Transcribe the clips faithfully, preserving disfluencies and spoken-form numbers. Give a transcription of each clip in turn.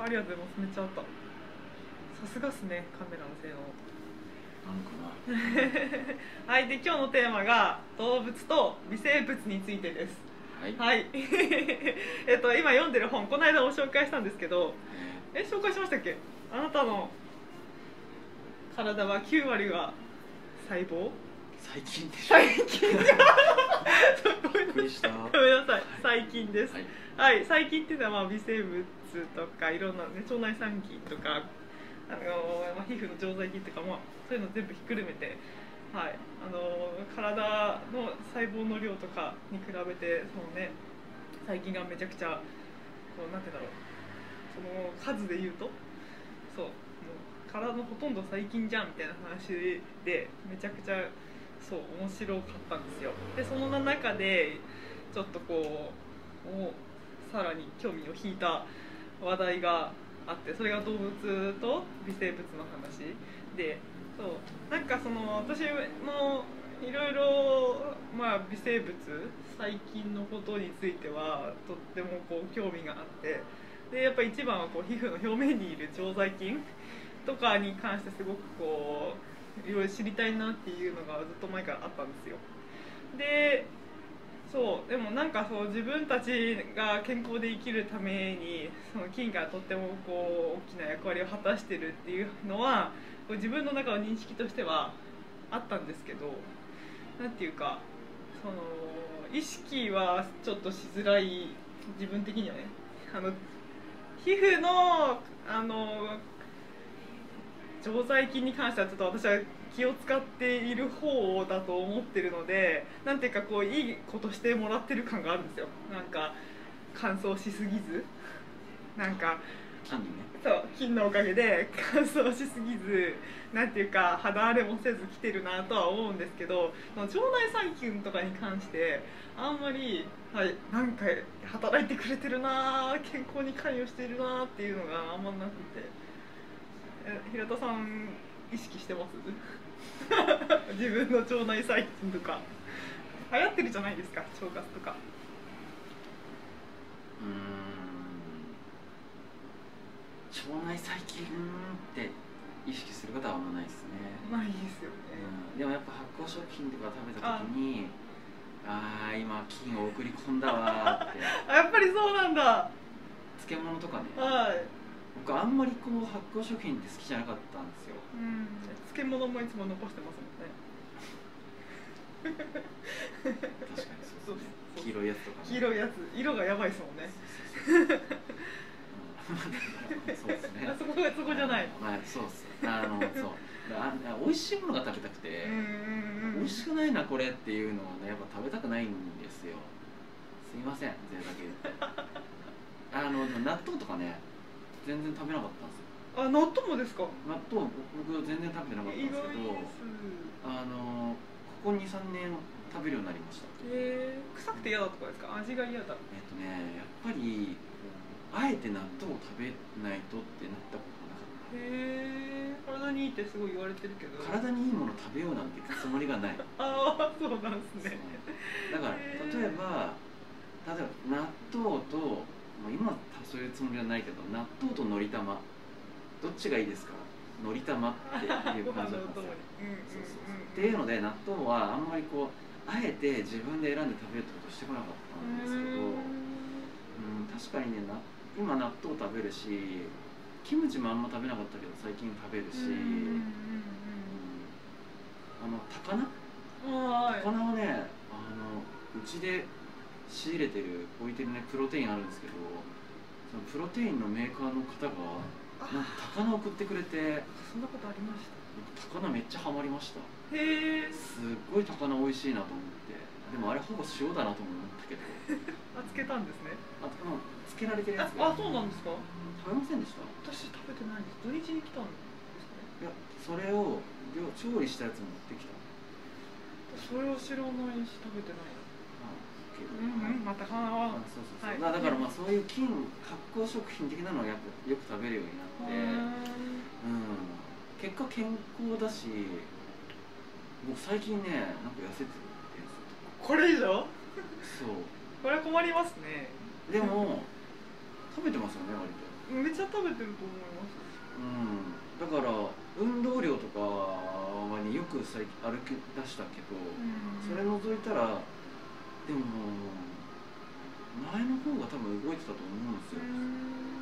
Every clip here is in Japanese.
ありがとうございます。めっちゃあった。さすがっすね、カメラの性能。 なのかな。はい、で今日のテーマが動物と微生物についてです。 はい、 はい、えっと今読んでる本、この間も紹介したんですけど、え紹介しましたっけ？あなたの体はきゅう割が細胞？ 最近でしょ。 最近びっくりした。 ごめんなさい、細菌です。 はい、 はい、細菌っていうのはまあ微生物とかいろんな、ね、腸内細菌とかあの、まあ、皮膚の常在菌とか、まあ、そういうの全部ひっくるめて、はい、あの体の細胞の量とかに比べてその、ね、細菌がめちゃくちゃこうなんてだろう、その数で言うとそうもう体のほとんど細菌じゃんみたいな話でめちゃくちゃそう面白かったんですよ。でその中でちょっとこうおさらに興味を引いた話題があって、それが動物と微生物の話で、そうなんかその私もいろいろまあ微生物細菌のことについてはとってもこう興味があって、でやっぱり一番はこう皮膚の表面にいる常在菌とかに関してすごくこういろいろ知りたいなっていうのがずっと前からあったんですよ。でそうでもなんかそう自分たちが健康で生きるためにその菌がとってもこう大きな役割を果たしてるっていうのはこう自分の中の認識としてはあったんですけど、なんていうかその意識はちょっとしづらい、自分的にはね、あの皮膚のあの常在菌に関してはちょっと私は気を使っている方だと思ってるので、なんていうかこういいことしてもらってる感があるんですよ。なんか乾燥しすぎず、なんか菌ね。 そう菌のおかげで乾燥しすぎず、なんていうか肌荒れもせず来てるなとは思うんですけど、その腸内細菌とかに関してあんまり、はい、なんか働いてくれてるな、健康に関与しているなっていうのがあんまなくて。え平田さん意識してます自分の腸内細菌とか流行ってるじゃないですか、腸活とか。 うーん、腸内細菌って意識することはあんまないですね。 ないですよね、 うん、でもやっぱ発酵食品とか食べた時にああー今菌を送り込んだわーってあやっぱりそうなんだ。 漬物とかね、 はい、 僕あんまりこう発酵食品って好きじゃなかったんですよ。 うん、漬物もいつも残してますもんね。 確かにそうですね。黄色いやつとか、ね、 黄色いやつ色がやばいですもんね。 そうですね。 あそこがそこじゃない。 まあそうっす。あのそうあ美味しいものが食べたくて、美味しくないなこれっていうのをねやっぱ食べたくないんですよ。すいません贅沢言って。あの納豆とかね全然食べなかったんですよ。 あ納豆もですか？ 納豆僕全然食べてなかったんですけど、あのここにさんねん食べるようになりました。 へえ、臭くて嫌だとかですか？味が嫌だ。 えっとねやっぱりあえて納豆を食べないとってなったことがなかった。 へえ、体にいいってすごい言われてるけど。 体にいいもの食べようなんてつもりがない。 ああ、そうなんですね。 だから例えば例えば納豆ともう今そういうつもりはないけど納豆とのり玉どっちがいいですか？のり玉っていう感じだったんですよ。っていうので納豆はあんまりこうあえて自分で選んで食べるってことをしてこなかったんですけど、うん、確かにねな今納豆食べるしキムチもあんま食べなかったけど最近食べるし、あの高菜高菜はねあのうちで仕入れてる置いてるねプロテインあるんですけど、そのプロテインのメーカーの方がなんか高菜送ってくれて、 そんなことありました。 高菜めっちゃハマりました。 へえ、 すっごい高菜美味しいなと思って、でもあれほぼ塩だなとも思ったけどあ、つけたんですね。 あともうつけられてるやつあ、そうなんですか？ 食べませんでした？ 私食べてないです。土日に来たんですね。 いや、それを調理したやつ持ってきた。 それを知らないし食べてない。 うんうん、 またかな。 そうそうそう、だからまあそういう菌発酵食品的なのをやっぱよく食べるようになって、うん、結果健康だし、もう最近ねなんか痩せてるってやつ。 これ以上？ そう。 これ困りますね。 でも食べてますよね割と。 めっちゃ食べてると思います。 うん、だから運動量とかによく最近歩き出したけど、 うん、 それ除いたらでも前の方が多分動いてたと思うんですよ、うん、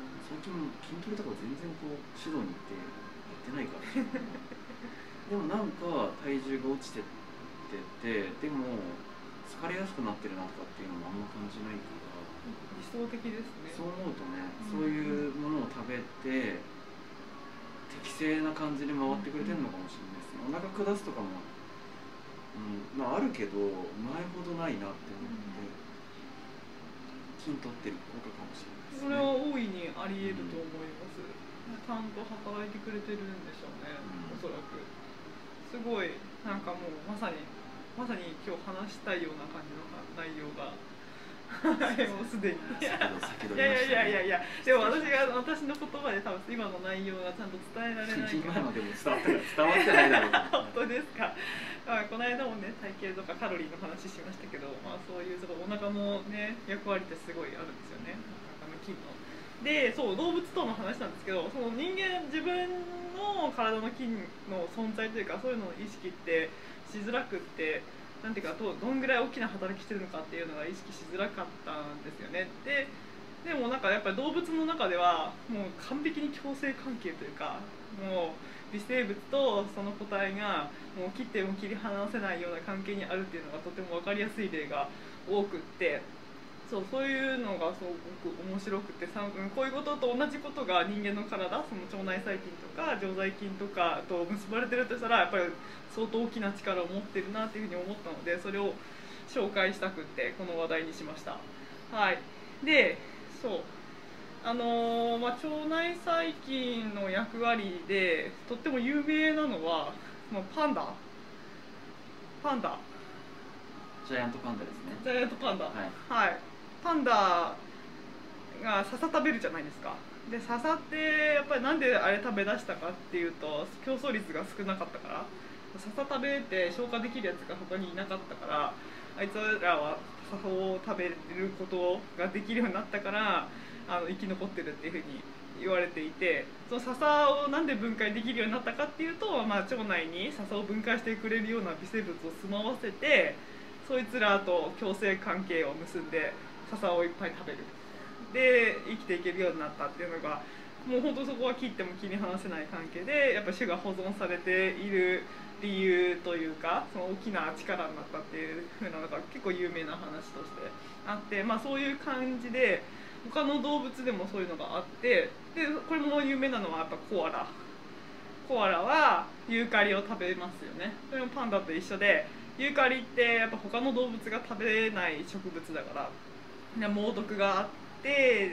最近筋トレとか全然こう指導に行ってやってないからでもなんか体重が落ちてってて、でも疲れやすくなってるなとかっていうのもあんま感じないから、 理想的ですね。 そう思うとね、そういうものを食べて適正な感じで回ってくれてるのかもしれないですね。お腹下すとかも、うん、まああるけど前ほどないなって思って、筋取ってる効果かもしれないですね。 それは大いにあり得ると思います、うん、ちゃんと働いてくれてるんでしょうね、うん、おそらく。すごいなんかもうまさにまさに今日話したいような感じの内容がもうすでにいやいやいやいやいや、でも私が私の言葉で多分今の内容がちゃんと伝えられない今のでも伝わって伝わってないだろう本当ですか。まあ、この間もね体型とかカロリーの話しましたけど、まあ、そういうちょっとお腹のね役割ってすごいあるんですよね、お腹の筋の。でそう動物との話なんですけど、その人間自分の体の筋の存在というかそういうのを意識ってしづらくって、なんていうかどどんぐらい大きな働きしてるのかっていうのが意識しづらかったんですよね。ででもなんかやっぱり動物の中ではもう完璧に共生関係というか、もう微生物とその個体がもう切っても切り離せないような関係にあるっていうのがとても分かりやすい例が多くって、そう、そういうのがすごく面白くて、こういうことと同じことが人間の体、その腸内細菌とか常在菌とかと結ばれてるとしたらやっぱり相当大きな力を持ってるなっていうふうに思ったので、それを紹介したくってこの話題にしました。はい、でそうあのーまあ、腸内細菌の役割でとっても有名なのはもうパンダパンダジャイアントパンダですね。 ジャイアントパンダ、はい、はい、パンダが笹食べるじゃないですか。で笹ってやっぱりなんであれ食べ出したかっていうと競争率が少なかったから、笹食べて消化できるやつが他にいなかったから、あいつらは笹を食べることができるようになったからあの生き残ってるっていうふうに言われていて、その笹をなんで分解できるようになったかっていうと、まあ、腸内に笹を分解してくれるような微生物を住まわせて、そいつらと共生関係を結んで笹をいっぱい食べるで生きていけるようになったっていうのが、もう本当そこは切っても切り離せない関係で、やっぱ種が保存されている理由というか、その大きな力になったっていう風なのが結構有名な話としてあって、まあ、そういう感じで他の動物でもそういうのがあって、でこれも有名なのはやっぱコアラコアラはユーカリを食べますよね。それもパンダと一緒で、ユーカリってやっぱ他の動物が食べない植物だから猛毒があって、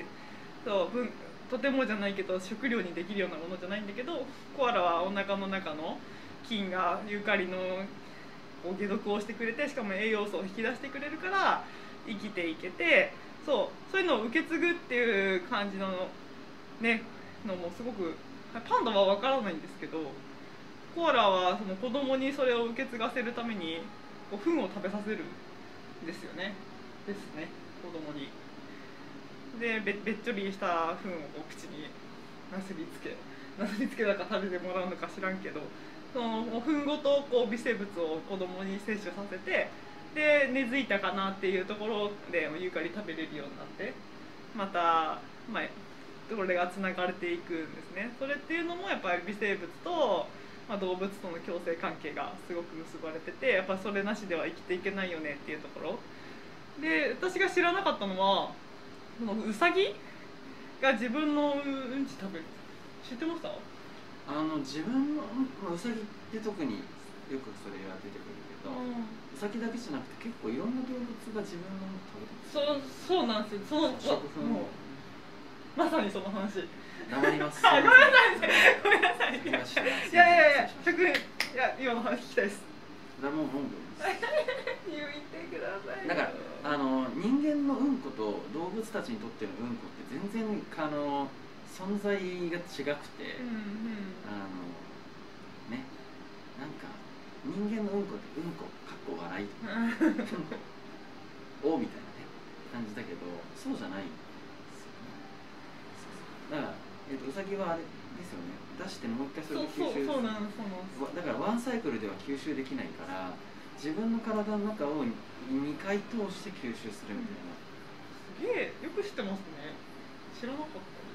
そうとてもじゃないけど食料にできるようなものじゃないんだけど、コアラはお腹の中の菌がユーカリの解毒をしてくれて、しかも栄養素を引き出してくれるから生きていけて、そうそういうのを受け継ぐっていう感じのねのもすごく、パンダは分からないんですけど、コアラはその子供にそれを受け継がせるためにこう糞を食べさせるんですよねですね子供に。で べ, べっちょりした糞をこう口になすりつけなすりつけだか食べてもらうのか知らんけど、その糞ごとこう微生物を子供に摂取させて、で根付いたかなっていうところでユーカリ食べれるようになって、また、まあ、これがつながれていくんですね。それっていうのもやっぱり微生物と、まあ、動物との共生関係がすごく結ばれてて、やっぱそれなしでは生きていけないよねっていうところで、私が知らなかったのはそのウサギが自分のうんち食べる、知ってました？ あの自分の、まあ、ウサギって特によくそれが出てくるけど、うん、ウサギだけじゃなくて結構いろんな動物が自分の食べてる。 そうそうなんですよ。その食粉もまさにその話。 黙ります。 ごめんなさい。ごめんなさい。いやいやいや、食いや今の話聞きたいです。 だもう文句です。 言ってください。 だからあの人間のうんこと動物たちにとってのうんこって全然あの存在が違くて、うんうん、あのね、なんか人間のうんこってうんこかっこ笑いとかおみたいなね感じだけど、そうじゃないんですよね。だからえっとウサギはあれですよね、出してもう一回それそうで吸収そうそうなんですそうなんです。 わだからワンサイクルでは吸収できないから、自分の体の中をにかい通して吸収するみたいな、 すげえよく知ってますね。知らなかったです。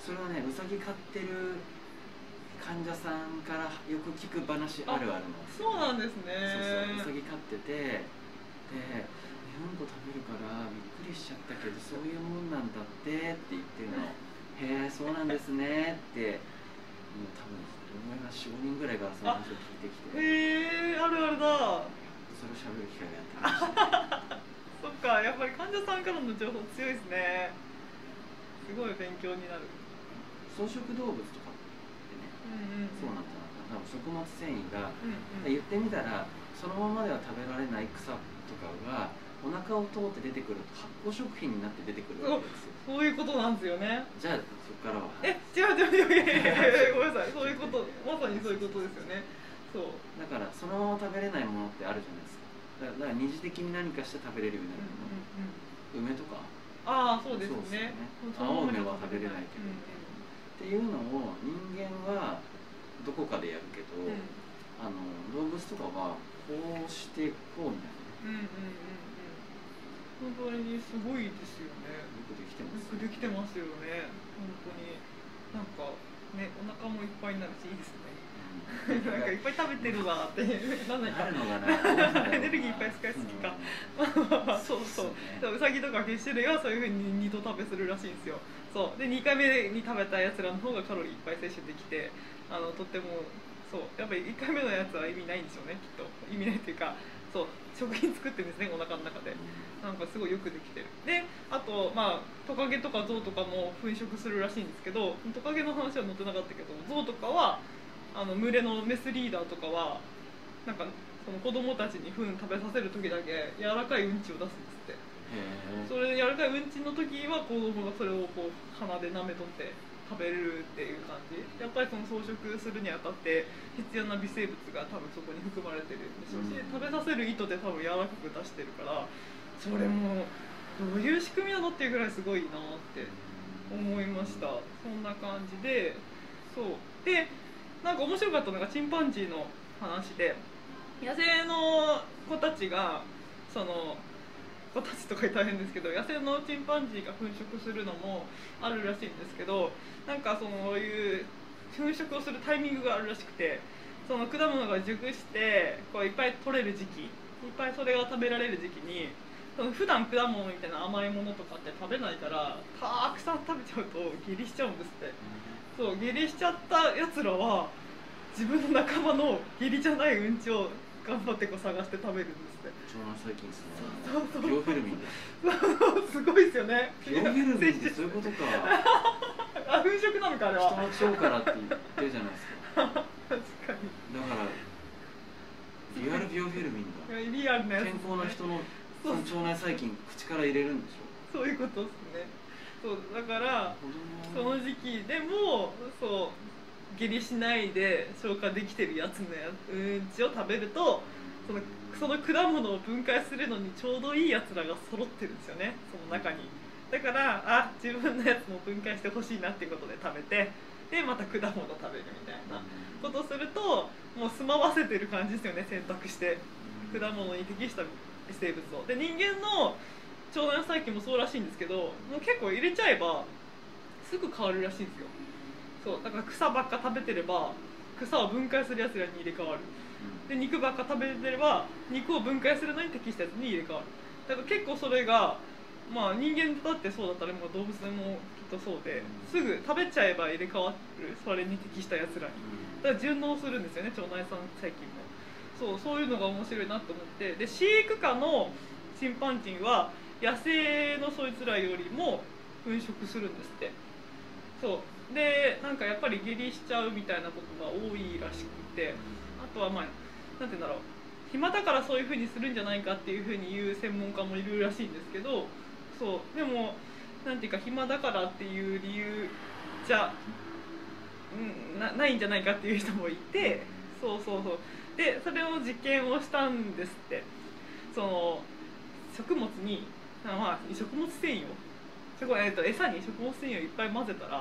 それはね、ウサギ飼ってる患者さんからよく聞く話あるあるなんですよ、 そうなんですね。 そうそう、ウサギ飼ってて、でうんこ食べるからびっくりしちゃったけどそういうもんなんだってって言ってるの。へえ、そうなんですねって、もう多分俺がよにんぐらいからその話を聞いてきて、 へえ、あるあるだ。 それを喋る機会がやってきました。 そっか、やっぱり患者さんからの情報強いですね。すごい勉強になる。 草食動物とかってね、 うんうん、 そうなんじゃないかな。食物繊維が、 うんうん、 言ってみたらそのままでは食べられない草とかがお腹を通って出てくると発酵食品になって出てくるわけですよ。 そういうことなんですよね。 じゃあそこからは、 え、違う違う違ういやいやいやごめんなさい、そういうこと、まさにそういうことですよね。そう。 だからそのまま食べれないものってあるじゃないですか。だから、だから二次的に何かして食べれるようになるもの、うんうんうん、梅とか、 ああそうですね。 青梅は食べれないけど、うんうん、っていうのを人間はどこかでやるけど、うん、あの動物とかはこうしてこうみたいな、うんうんうんうん、本当にすごいですよね。 よくできてます、 よくできてますよね。本当になんかね、お腹もいっぱいになるしいいですね。なんかいっぱい食べてるわってなんだかエネルギーいっぱい使いすぎか、うん、そうそう、ね、うさぎとかフィッシュ類はそういうふうに二度食べするらしいんですよ。そうでにかいめに食べたやつらの方がカロリーいっぱい摂取できて、あのとってもそうやっぱりいっかいめのやつは意味ないんでしょうね、きっと。意味ないっていうか、そう食品作ってるんですね、お腹の中で。なんかすごいよくできてる。であとまあトカゲとかゾウとかも粉食するらしいんですけど、トカゲの話は載ってなかったけど、ゾウとかはあの群れのメスリーダーとかはなんかその子供たちに糞食べさせる時だけ柔らかいうんちを出すんですって。それで柔らかいうんちの時は子供がそれをこう鼻で舐めとって食べるっていう感じ。やっぱりその草食するにあたって必要な微生物が多分そこに含まれてるんでしょうし、食べさせる意図で多分柔らかく出してるから、それもどういう仕組みなのっていうぐらいすごいなって思いました。そんな感じで、そうでなんか面白かったのがチンパンジーの話で、野生の子たちがその子たちとか大変ですけど、野生のチンパンジーが粉食するのもあるらしいんですけど、なんかそういう粉食をするタイミングがあるらしくて、その果物が熟してこういっぱい取れる時期、いっぱいそれが食べられる時期に、その普段果物みたいな甘いものとかって食べないからたくさん食べちゃうと下痢しちゃうんですって。そう下痢しちゃったやつらは自分の仲間の下痢じゃないうんちを頑張ってこう探して食べるんですって。 腸内細菌ですね。 そうそうそう、 ビオフェルミンだ。 すごいですよね。 ビオフェルミンってそういうことか。 あ、粉食なのかあれは。 人の腸からって言ってるじゃないですか。 確かに。 だからリアルビオフェルミンだ。 リアルなやつ、ね、 健康な人のその腸内細菌口から入れるんでしょ。 そういうことですね。そうだからその時期でもそう下痢しないで消化できてるやつのやうんちを食べると、そのその果物を分解するのにちょうどいいやつらが揃ってるんですよね、その中に。だからあ自分のやつも分解してほしいなっていうことで食べて、でまた果物食べるみたいなことをすると、もう住まわせてる感じですよね、選択して果物に適した微生物を。で人間の腸内細菌もそうらしいんですけど、もう結構入れちゃえばすぐ変わるらしいんですよ。そうだから草ばっか食べてれば草を分解するやつらに入れ替わる。で肉ばっか食べてれば肉を分解するのに適したやつに入れ替わる。だから結構それがまあ人間だってそうだったら、もう動物でもきっとそうで、すぐ食べちゃえば入れ替わる、それに適したやつらに。だから順応するんですよね、腸内細菌も。そうそういうのが面白いなと思って。で飼育下のチンパンジーは野生のそいつらよりも粉食するんですって。そうでなんかやっぱり下痢しちゃうみたいなことが多いらしくて、あとはまあなんて言うんだろう、暇だからそういうふうにするんじゃないかっていうふうに言う専門家もいるらしいんですけど、そうでもなんていうか暇だからっていう理由じゃ、うん、な, ないんじゃないかっていう人もいて、そうそうそうでそれを実験をしたんですって。その食物にまあ食物繊維をすごい、えー、と餌に食物繊維をいっぱい混ぜたら、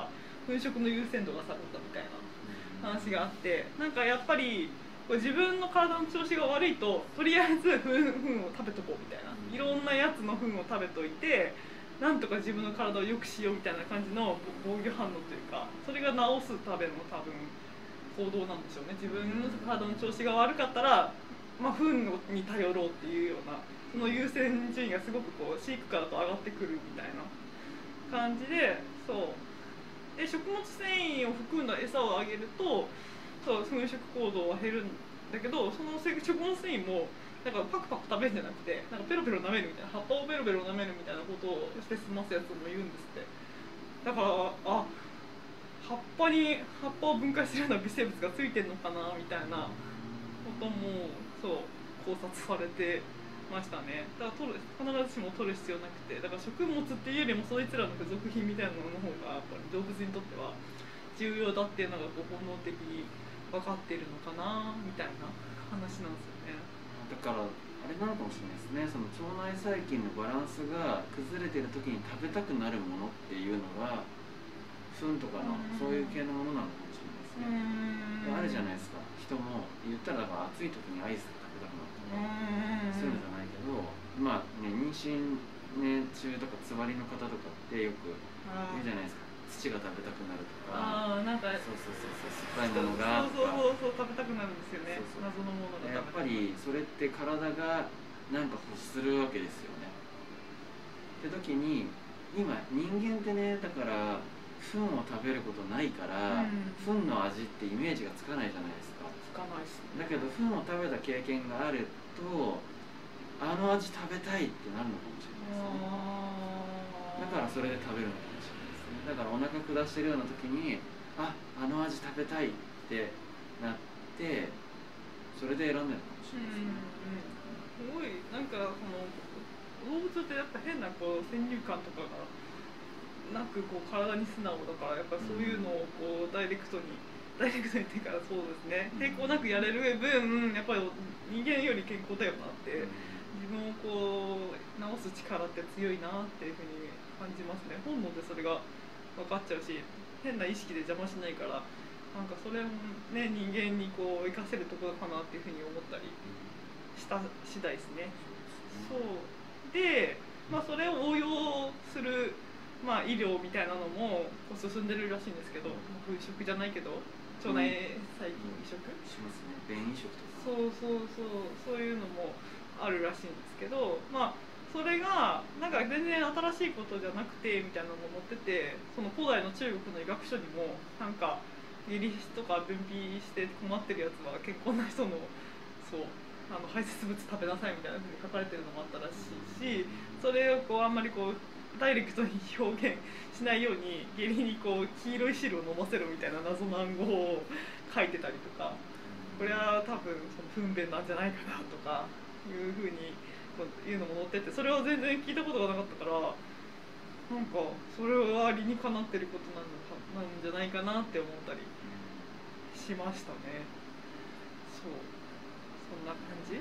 粉飾の優先度が下がったみたいな話があって、なんかやっぱりこう自分の体の調子が悪いととりあえず糞糞を食べとこうみたいな、いろんなやつの糞を食べといてなんとか自分の体を良くしようみたいな感じの防御反応というか、それが治すための多分行動なんでしょうね。自分の体の調子が悪かったら、まあ、糞に頼ろうっていうような、その優先順位がすごくこう飼育からと上がってくるみたいな感じで、そうで食物繊維を含んだ餌をあげるとそう粉飾行動は減るんだけど、その食物繊維もなんかパクパク食べるんじゃなくて、なんかペロペロ舐めるみたいな、葉っぱをペロペロ舐めるみたいなことをして済ますやつもいるんですって。だからあ葉っぱに葉っぱを分解するような微生物がついてるのかなみたいなこともそう考察されてましたね。だから取る必ずしも取る必要なくて、だから食物っていうよりもそいつらの付属品みたいなのの方がやっぱり動物にとっては重要だっていうのがこう本能的に分かってるのかなみたいな話なんですよね。 だからあれなのかもしれないですね、その腸内細菌のバランスが崩れてる時に食べたくなるものっていうのが糞とかのそういう系のものなのかもしれないですね。あるじゃないですか、人も言ったらば暑い時にアイス食べたくなったりするんじゃないけど、まあね、妊娠、ね、中とかつわりの方とかってよく言うじゃないですか、土が食べたくなるとか、 あなんかそうそうそうそう酸っぱいものがとか、 そうそうそうそう食べたくなるんですよね。そうそう謎のものがやっぱりそれって体がなんか欲するわけですよね。って時に今人間ってね、だから糞を食べることないから、うん、糞の味ってイメージがつかないじゃないですか。 つかないし、 だけど糞を食べた経験があるとあの味食べたいってなるのかもしれないですね。だからそれで食べるのかもしれないですね。だからお腹下してるような時にあ、あの味食べたいってなってそれで選んでるのかもしれないですね。 うんうん、すごいなんかその動物ってやっぱ変なこう先入観とかがなくこう体に素直だから、やっぱそういうのをこうダイレクトにダイレクトにっていうかそうですね、抵抗なくやれる分やっぱり人間より健康だよなって、自分をこう治す力って強いなっていうふうに感じますね。本能でそれが分かっちゃうし、変な意識で邪魔しないから、なんかそれもね人間にこう活かせるところかなっていうふうに思ったりした次第ですね。そうで、まあ、それを応用する、まあ、医療みたいなのも進んでるらしいんですけど、粉飾じゃないけど腸内細菌移植、うん、 しますね、便移植とか、 そうそうそうそういうのもあるらしいんですけど、まあそれがなんか全然新しいことじゃなくてみたいなのも載ってて、その古代の中国の医学書にもなんか下痢とか便秘して困ってるやつは健康な人のそうあの排泄物食べなさいみたいな風に書かれてるのもあったらしいし、それをこうあんまりこうダイレクトに表現しないように下痢にこう黄色い汁を飲ませるみたいな謎の暗号を書いてたりとか、これは多分その糞便なんじゃないかなとかいう風にこういうのも載ってて、それは全然聞いたことがなかったから、なんかそれは理にかなってることなのかなんじゃないかなって思ったりしましたね。そうそんな感じ。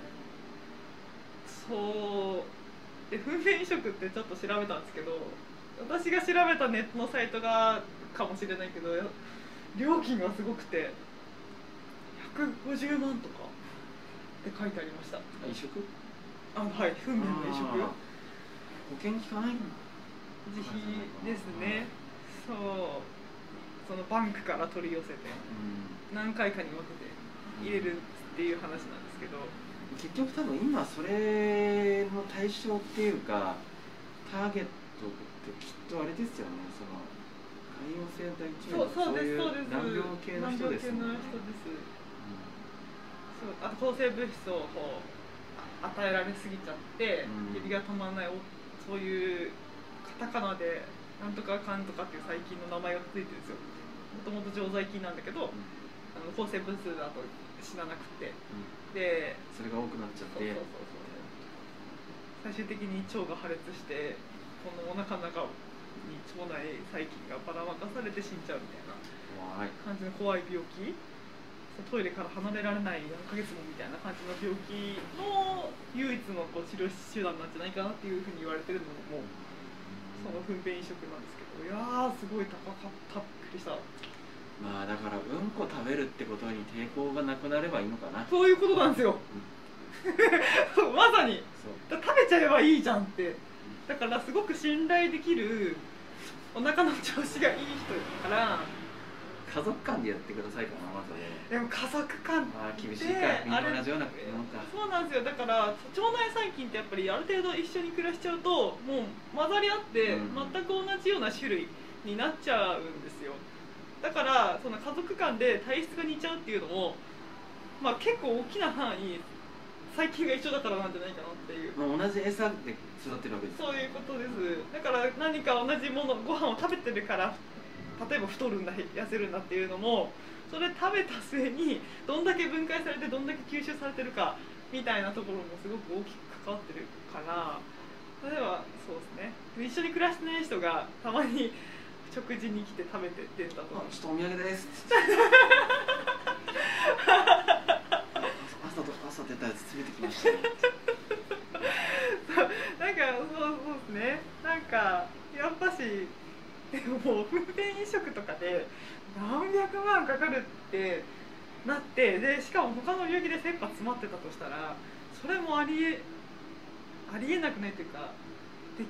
そうで糞便移植ってちょっと調べたんですけど、私が調べたネットのサイトがかもしれないけど料金がすごくてひゃくごじゅうまんとかって書いてありました。 移植、 あ、はい、糞便の移植保険効かないの自費ですね。そうそのバンクから取り寄せて何回かに分けて入れるっていう話なんですけど、 結局多分今それの対象っていうかターゲットってきっとあれですよね、その潰瘍性大腸炎、そういう難病系の人ですもんね。 あと抗生物質をこう与えられすぎちゃって下痢が止まらない、そういうカタカナでなんとかかんとかっていう細菌の名前がついてるんですよ。もともと常在菌なんだけど、うん、あの抗生物質だと死ななくて、うん、でそれが多くなっちゃって、そうそうそうそう最終的に腸が破裂してこのお腹の中に腸内細菌がばらまかされて死んじゃうみたいな感じの怖い病気、トイレから離れられない何ヶ月もみたいな感じの病気の唯一のこう治療手段なんじゃないかなっていうふうに言われてるのもその糞便移植なんですけど、いやーすごい高かったっくりした。 まあだからうんこ食べるってことに抵抗がなくなればいいのかな。 そういうことなんですよ、そう、まさにそうだ食べちゃえばいいじゃんって。だからすごく信頼できるお腹の調子がいい人だから。 家族間でやってくださいかな、まずね。 でも家族間ってあー厳しいか、みんな同じようなもんか。 そうなんですよ。だから腸内細菌ってやっぱりある程度一緒に暮らしちゃうともう混ざり合ってうん全く同じような種類になっちゃうんですよ。だからその家族間で体質が似ちゃうっていうのも、まあ、結構大きな範囲細菌が一緒だからなんじゃないかなっていう。 もう同じ餌で育ってるわけです。 そういうことです。だから何か同じものご飯を食べてるから例えば太るんだ痩せるんだっていうのもそれ食べた末にどんだけ分解されてどんだけ吸収されてるかみたいなところもすごく大きく関わってるから、例えばそうですね、一緒に暮らしてない人がたまに食事に来て食べて出たとか、 ちょっとお土産です朝と朝出たやつ詰めてきましたねなんかそうそうですね、なんかやっぱしでももう糞便移植とかで何百万かかるってなって、でしかも他の病気で切羽詰まってたとしたらそれもありえありえなくないというかで、うん、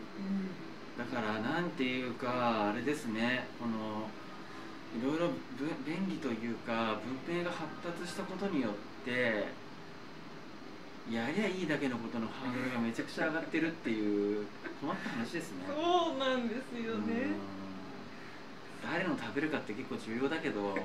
だからなんていうかあれですね、このいろいろ便利というか文明が発達したことによってやりゃいいだけのことのハードルがめちゃくちゃ上がってるっていう困った話ですね。 そうなんですよね。 誰の食べるかって結構重要だけど、うん、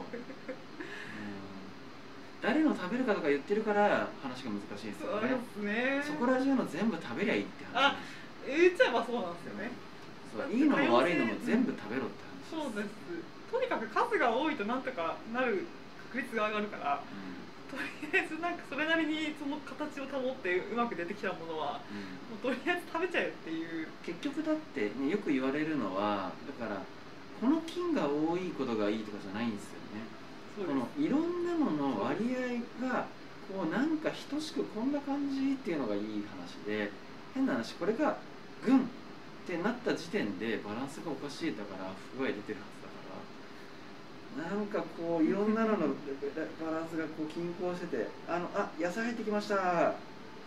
誰の食べるかとか言ってるから話が難しいですよね。 そうですね。 そこら中の全部食べりゃいいって話。 あ、言っちゃえばそうなんですよね。 そう、いいのも悪いのも全部食べろって話。 そうです。とにかく数が多いとなんとかなる確率が上がるから、うんとりあえずなんかそれなりにその形を保ってうまく出てきたものは、うん、もうとりあえず食べちゃえっていう。 結局だって、ね、よく言われるのはだからこの菌が多いことがいいとかじゃないんですよね。このいろんなのの割合がこうなんか等しくこんな感じっていうのがいい話で、変な話これがグンってなった時点でバランスがおかしいだから不具合出てるはずだから、なんかこういろんなののバランスがこう均衡してて、あのあ野菜入ってきました、はい、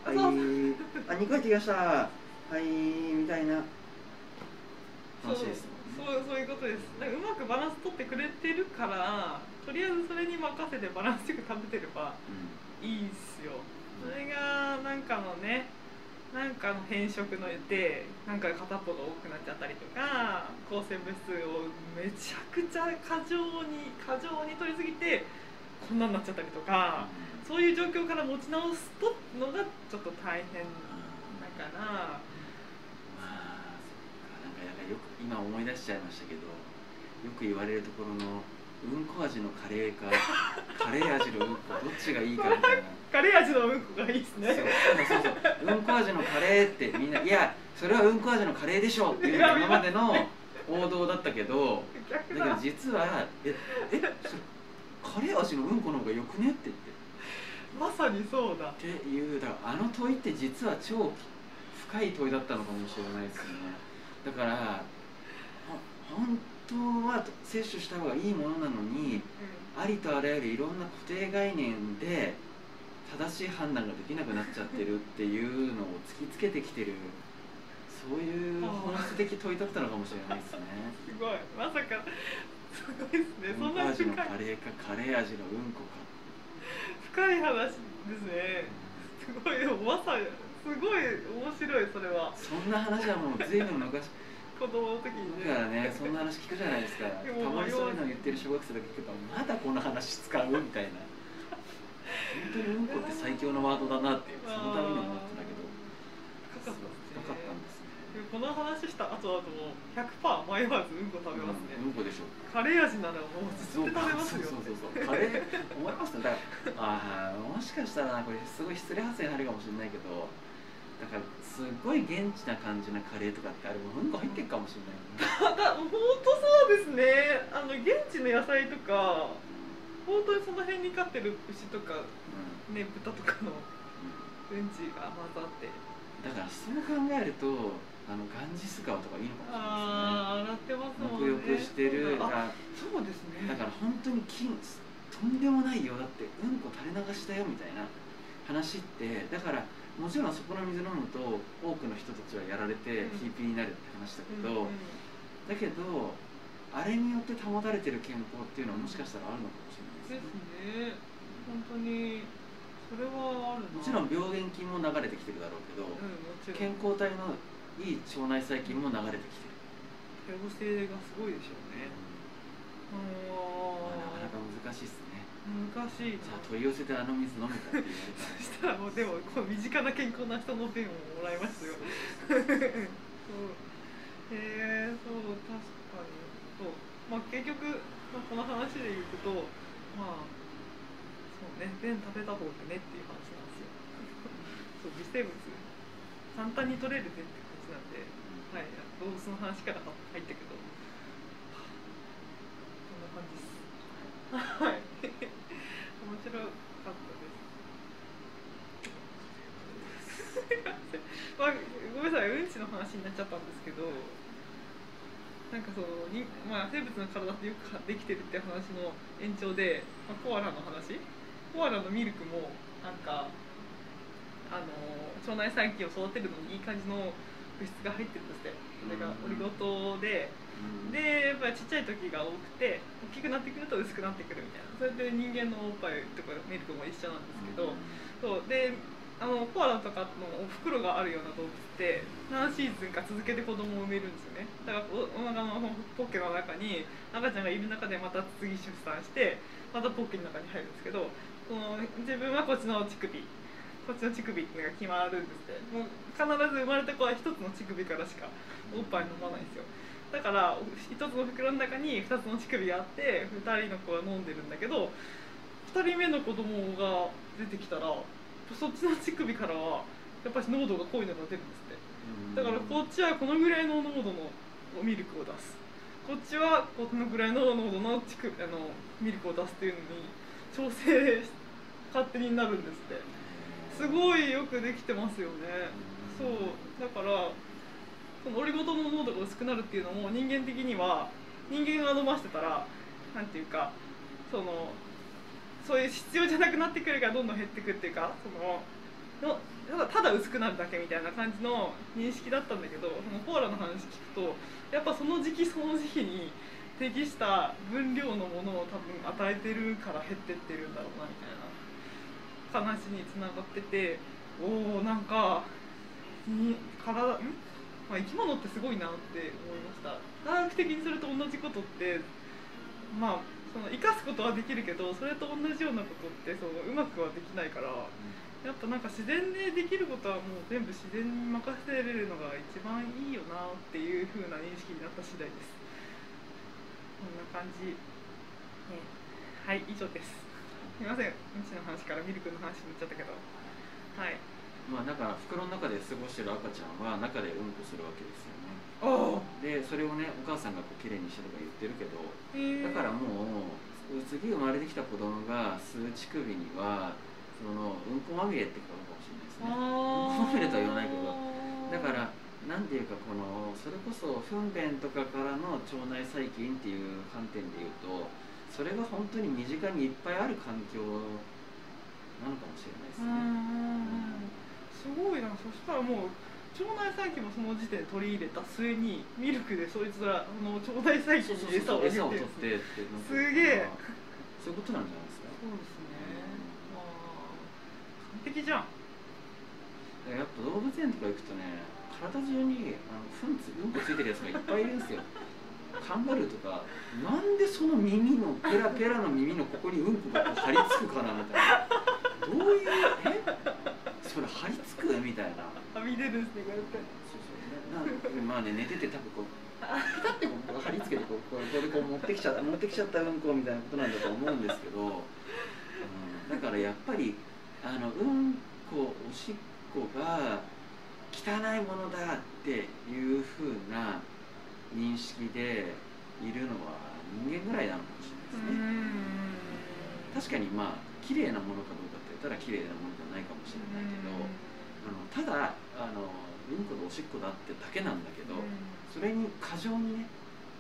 あ肉入ってきました、はいみたいな話です。 そうそういうことです。なんかうまくバランス取ってくれてるから、とりあえずそれに任せてバランスよく食べてればいいっすよ。それがなんかのね、なんかの変色のでなんか片っぽが多くなっちゃったりとか、抗生物質をめちゃくちゃ過剰に過剰に取りすぎてこんなになっちゃったりとか、そういう状況から持ち直すとのがちょっと大変だから。 よく今思い出しちゃいましたけど、よく言われるところのうんこ味のカレーかカレー味のうんこどっちがいいかみたいな。 カレー味のうんこがいいですね。そうそうそう、うんこ味のカレーってみんな、いやそれはうんこ味のカレーでしょっていうのが今までの王道だったけど、だけど実はええそれカレー味のうんこの方がよくねって言って、 まさにそうだっていう、だからあの問いって実は超深い問いだったのかもしれないですよね。だから本当は摂取した方がいいものなのに、うん、ありとあらゆるいろんな固定概念で正しい判断ができなくなっちゃってるっていうのを突きつけてきてる、そういう本質的問いだったのかもしれないですね。 すごい、まさかすごいですね。 うんこ味のカレーかカレー味のうんこか、 深い話ですね。すごい、でもまさにすごい面白い。それはそんな話はもう随分昔子供の時にだからね、そんな話聞くじゃないですか。たまにそういうの言ってる小学生だけ聞くと、まだこの話使うみたいな。本当にうんこって最強のワードだなってそのために思ってたけど、 深かったんですね。 この話した後だともう ひゃくパーセント 迷わずうんこ食べますね。 うん、うんこでしょ。 カレー味ならもうずっと食べますよ。 そうそうそうそう。カレー思いますね。だからああもしかしたらこれすごい失礼発言になるかもしれないけど。だからすごい現地な感じなカレーとかってあれもうんこ入ってるかもしれない、ね、 だ本当そうですね。あの現地の野菜とか本当にその辺に飼ってる牛とか、うん、ね豚とかのうんちが混ざって、 だからそう考えるとあのガンジス川とかいいのかもしれないですね。 得してる、 ね、あそうですね。 だから本当に金とんでもないよ、だってうんこ垂れ流したよみたいな話って、だからもちろんそこの水飲むと多くの人たちはやられてヒーピーになるって話だけど、うんうんうん、だけどあれによって保たれてる健康っていうのはもしかしたらあるのかもしれないですね。 ですね。本当にそれはあるな。 もちろん病原菌も流れてきてるだろうけど、うん、健康体のいい腸内細菌も流れてきてる。 多様性がすごいでしょうね。 うん、まあ、なかなか難しいっすね。 難しい。 じゃあ取り寄せてあの水飲めたって言われたらそしたらもうでもこう身近な健康な人の便をもらいますよ。そうそうそうへえー、そう確かにそう。まあ結局、まあ、この話で言うとまあそうね便食べた方がねっていう話なんですよ。そう微生物簡単に取れる便って感じなんで、はい、動物の話から入ったけどこんな感じです。はい。面白かったです。まあ、ごめんなさい、うんちの話になっちゃったんですけど、なんかそのに、まあ、生物の体ってよくできてるって話の延長で、まあ、コアラの話、コアラのミルクもなんかあの腸内細菌を育てるのにいい感じの物質が入ってるんですって。それがオリゴ糖で。でやっぱりちっちゃい時が多くて大きくなってくると薄くなってくるみたいな、それで人間のおっぱいとかミルクも一緒なんですけど、そうであのコアラとかのお袋があるような動物って何シーズンか続けて子供を産めるんですよね。だからおお腹のポッケの中に赤ちゃんがいる中でまた次出産してまたポッケの中に入るんですけど、その自分はこっちの乳首こっちの乳首っていうのが決まるんですって。もう必ず生まれた子は一つの乳首からしかおっぱい飲まないんですよ。だから一つの袋の中に二つの乳首があって二人の子が飲んでるんだけど、二人目の子供が出てきたらそっちの乳首からはやっぱり濃度が濃いのが出るんですって。だからこっちはこのぐらいの濃度のミルクを出す、こっちはこのぐらいの濃度の乳首あのミルクを出すっていうのに調整勝手になるんですって。すごいよくできてますよね。そうだからそのオリゴ糖の濃度が薄くなるっていうのも人間的には人間が飲ませてたらなんていうかそのそういう必要じゃなくなってくるからどんどん減ってくっていうか、そののただ薄くなるだけみたいな感じの認識だったんだけど、そのコアラの話聞くとやっぱその時期その時期に適した分量のものを多分与えてるから減ってってるんだろうなみたいな話につながってて、おおなんかに体んまあ、生き物ってすごいなって思いました。科学的にすると同じことってまあその生かすことはできるけどそれと同じようなことってそううまくはできないから、やっぱなんか自然でできることはもう全部自然に任せれるのが一番いいよなっていう風な認識になった次第です。こんな感じ、ね、はい以上です。すみません、うんちの話からミルクの話になっちゃったけど、はい。 まあだから袋の中で過ごしてる赤ちゃんは中でうんこするわけですよね。でそれをねお母さんがこうきれいにしてとか言ってるけど、だからもう次生まれてきた子供が吸う乳首にはそのうんこまみれってことかもしれないですね。うんこまみれとは言わないけど、だからなんていうかこのそれこそ糞便とかからの腸内細菌っていう観点で言うとそれが本当に身近にいっぱいある環境なのかもしれないですね。 すごいな。そしたらもう腸内細菌もその時点で取り入れた末にミルクでそいつらの腸内細菌に餌をあげてるんですね。すげえ。 そういうことなんじゃないですか。 そうですね。まあ完璧じゃん。 やっぱ動物園とか行くとね、体中にあのフンつうんこついてるやつがいっぱいいるんですよ。カンガルーとかなんでその耳のペラペラの耳のここにうんこがこう張り付くかなみたいな。どういうえ？それ張り付くみたいな。 はみ出るんですね、こうやって。 そうそうね。まあね、寝てて多分こうピタッてこう貼り付けてこうこれこう持ってきちゃった持ってきちゃったうんこみたいなことなんだと思うんですけど、うん、だからやっぱりあのうんこおしっこが汚いものだっていう風な認識でいるのは人間ぐらいなのかもしれないですね。確かにまあ綺麗なものかどうかって言ったら綺麗なものじゃないかもしれないけど、あのただあのうんことおしっこだってだけなんだけど、それに過剰にね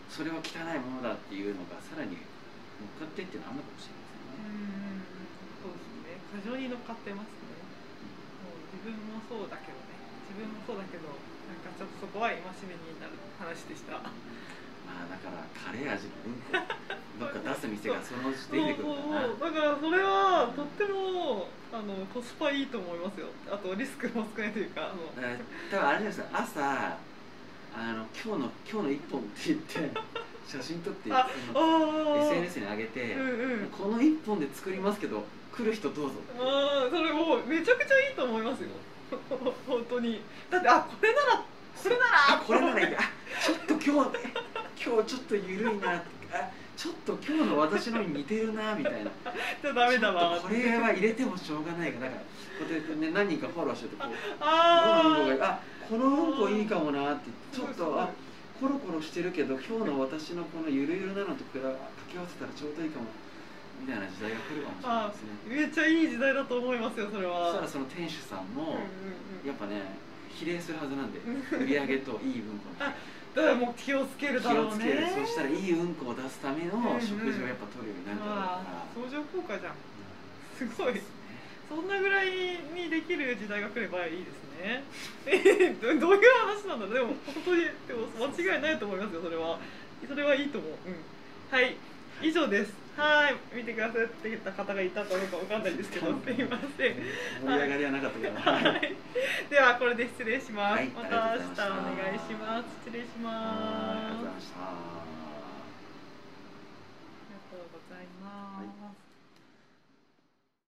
それは汚いものだっていうのがさらに乗っかってっていうのはあるのかもしれませんね。 うん、そうですね。過剰に乗っかってますね。もう自分もそうだけどね。自分もそうだけど、なんかちょっとそこは戒めになる話でした。 まあだからカレー味のうんこどっか出す店がそのうち出てくるかな。 そうそうそう、だからそれはとってもあのコスパいいと思いますよ。あとリスクも少ないというか、あのだから多分あれですよ、朝あの今日の今日の一本って言って写真撮ってああエスエヌエス に上げて、 うんうん、 この一本で作りますけど来る人どうぞって。 ああ、それもうめちゃくちゃいいと思いますよ。本当に。だってあこれならこれならあこれならいい。あちょっと今日今日ちょっと緩いなって、あちょっと今日の私のに似てるなみたいな。 じゃダメだわ。 これは入れてもしょうがないから、だからこうやってね何人かフォローしててこうあどのうんこがあこのうんこいいかもなってちょっとあコロコロしてるけど今日の私のこのゆるゆるなのと掛け合わせたらちょうどいいかもみたいな時代が来るかもしれないですね。 めっちゃいい時代だと思いますよそれは。 そしたらその店主さんもうんうんうん、 やっぱね比例するはずなんで売り上げといいうんこのだからもう気をつけるだろうね。 気をつける。そしたらいいうんこを出すための食事をやっぱ取るようになるだろうから、 相乗効果じゃん。すごい。 そうですね。 そんなぐらいにできる時代が来ればいいですね。えどどういう話なんだろう。でも本当にでも間違いないと思いますよそれは。それはいいと思う。うん。はい。以上です。はい。見てくださってた方がいたかどうかわかんないですけど、すいません。 盛り上がりはなかったけど。 はい。ではこれで失礼します。 はい、 また明日おありがとうございました。 願いします。失礼しはい、ありがとうございます。 ました。